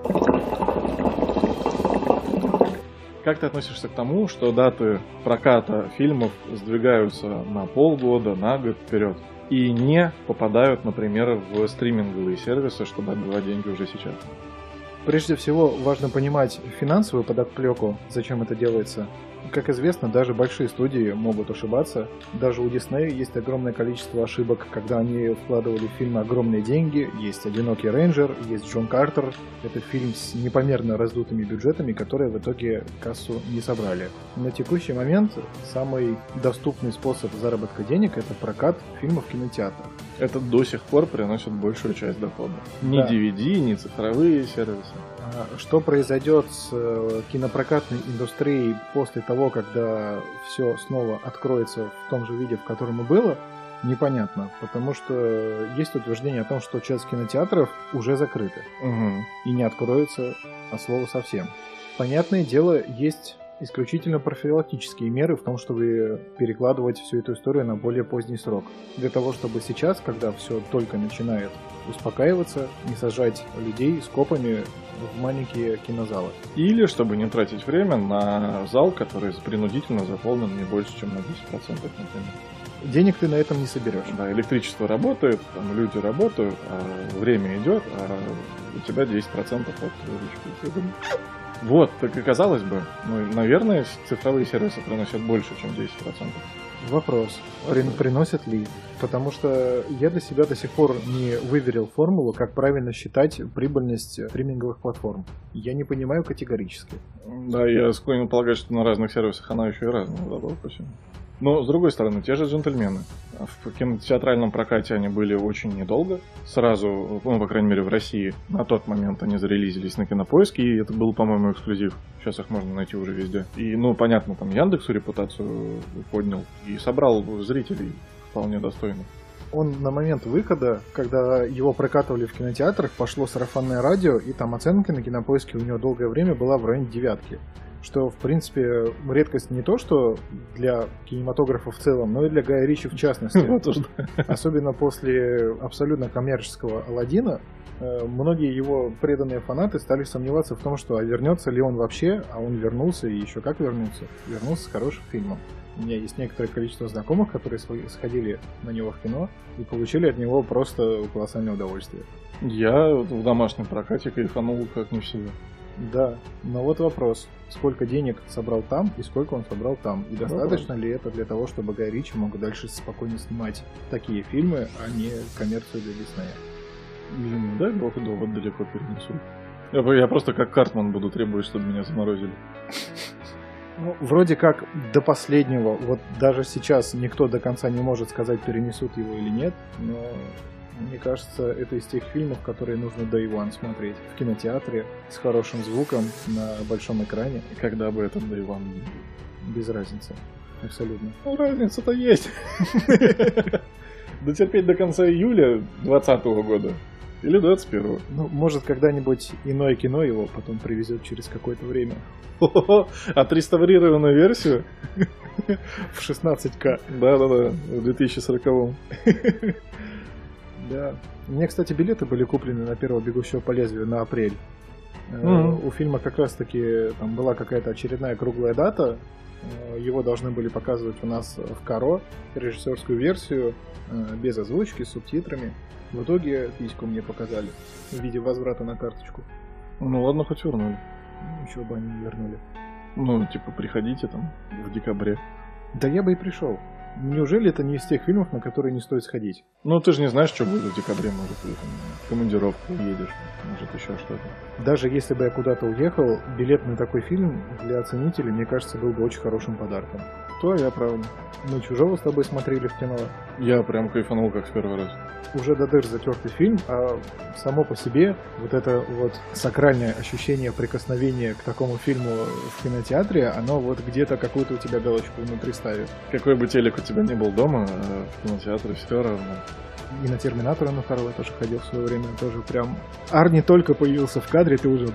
Как ты относишься к тому, что даты проката фильмов сдвигаются на полгода, на год вперед и не попадают, например, в стриминговые сервисы, чтобы отбивать деньги уже сейчас? Прежде всего, важно понимать финансовую подоплеку, зачем это делается. Как известно, даже большие студии могут ошибаться. Даже у Disney есть огромное количество ошибок, когда они вкладывали в фильмы огромные деньги. Есть «Одинокий рейнджер», есть «Джон Картер». Это фильм с непомерно раздутыми бюджетами, которые в итоге кассу не собрали. На текущий момент самый доступный способ заработка денег – это прокат фильмов в кинотеатрах. Это до сих пор приносит большую часть дохода. Ни Да. DVD, ни цифровые сервисы. Что произойдет с кинопрокатной индустрией после того, когда все снова откроется в том же виде, в котором и было, непонятно. Потому что есть утверждение о том, что часть кинотеатров уже закрыты Угу. и не откроется от слова совсем. Понятное дело, есть исключительно профилактические меры в том, чтобы перекладывать всю эту историю на более поздний срок. Для того, чтобы сейчас, когда все только начинает успокаиваться, не сажать людей с копами в маленькие кинозалы. Или, чтобы не тратить время на зал, который принудительно заполнен не больше, чем на 10%, например. Денег ты на этом не соберешь. Да, электричество работает, там люди работают, а время идет, а у тебя 10% от выручки. Вот, так и казалось бы, ну, наверное, цифровые сервисы приносят больше, чем 10%. Вопрос, приносят ли? Потому что я для себя до сих пор не выверил формулу, как правильно считать прибыльность стриминговых платформ. Я не понимаю категорически. Да, я склонен полагать, что на разных сервисах она еще и разная, да, по всему. Но, с другой стороны, те же «Джентльмены». В кинотеатральном прокате они были очень недолго. Сразу, ну, по крайней мере, в России на тот момент они зарелизились на Кинопоиске, и это был, по-моему, эксклюзив. Сейчас их можно найти уже везде. И, ну, понятно, там Яндексу репутацию поднял и собрал зрителей вполне достойно. Он на момент выхода, когда его прокатывали в кинотеатрах, пошло сарафанное радио, и там оценка на Кинопоиске у него долгое время была в районе 9. Что, в принципе, редкость не то, что для кинематографа в целом, но и для Гая Ричи в частности. Особенно после абсолютно коммерческого «Аладдина», многие его преданные фанаты стали сомневаться в том, что вернется ли он вообще, а он вернулся, и еще как вернулся. Вернулся с хорошим фильмом. У меня есть некоторое количество знакомых, которые сходили на него в кино и получили от него просто колоссальное удовольствие. Я в домашнем прокате кайфанул как не в себе. Да, но вот вопрос, сколько денег собрал там и сколько он собрал там, и достаточно ли это для того, чтобы Гай Ричи мог дальше спокойно снимать такие фильмы, а не коммерцию для Диснея? Блин, дай бог, довод далеко перенесу. Я просто как Картман буду требовать, чтобы меня заморозили. Ну, вроде как до последнего, вот даже сейчас никто до конца не может сказать, перенесут его или нет, но мне кажется, это из тех фильмов, которые нужно Day One смотреть в кинотеатре с хорошим звуком на большом экране. И когда бы этот Day One был? Без разницы. Абсолютно. Ну, разница-то есть. Дотерпеть до конца июля 2020 года или 21-го. Ну, может, когда-нибудь иное кино его потом привезет через какое-то время. Отреставрированную версию? В 16К. Да-да-да, в 2040-м. Да. Мне, кстати, билеты были куплены на первого «Бегущего по лезвию» на апрель. У фильма как раз-таки там была какая-то очередная круглая дата. Его должны были показывать у нас в КаРО, режиссерскую версию, без озвучки, с субтитрами. В итоге письку мне показали в виде возврата на карточку. Ну ладно, хоть вернули. Еще бы они не вернули. Ну, типа, приходите там в декабре. Да я бы и пришел. Неужели это не из тех фильмов, на которые не стоит сходить? Ну, ты же не знаешь, что будет в декабре, может, ты там в командировку уедешь, может, еще что-то. Даже если бы я куда-то уехал, билет на такой фильм для оценителей, мне кажется, был бы очень хорошим подарком. Твоя правда. Мы «Чужого» с тобой смотрели в кино. Я прям кайфанул, как в первый раз. Уже до дыр затертый фильм, а само по себе вот это вот сакральное ощущение прикосновения к такому фильму в кинотеатре, оно вот где-то какую-то у тебя галочку внутри ставит. Какой бы телек у тебя ни был дома, в кинотеатре все равно. И на «Терминатора» на второго тоже ходил в свое время, тоже прям... Арни только появился в кадре, ты уже,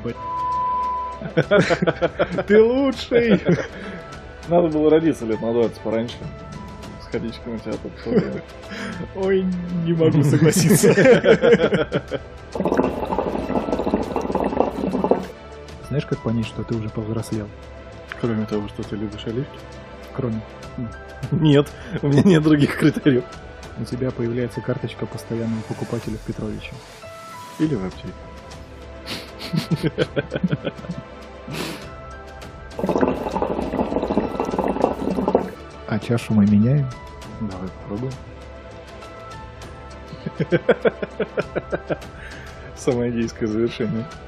ты лучший! Надо было родиться лет на 20 пораньше. Сходить в кинотеатр. Ой, не могу согласиться. Знаешь, как понять, что ты уже повзрослел? Кроме того, что ты любишь оливки? Кроме. Нет, у меня нет других критериев. У тебя появляется карточка постоянного покупателя в Петровиче. Или в аптеке. А чашу мы меняем? Давай попробуем. Самое гейское завершение.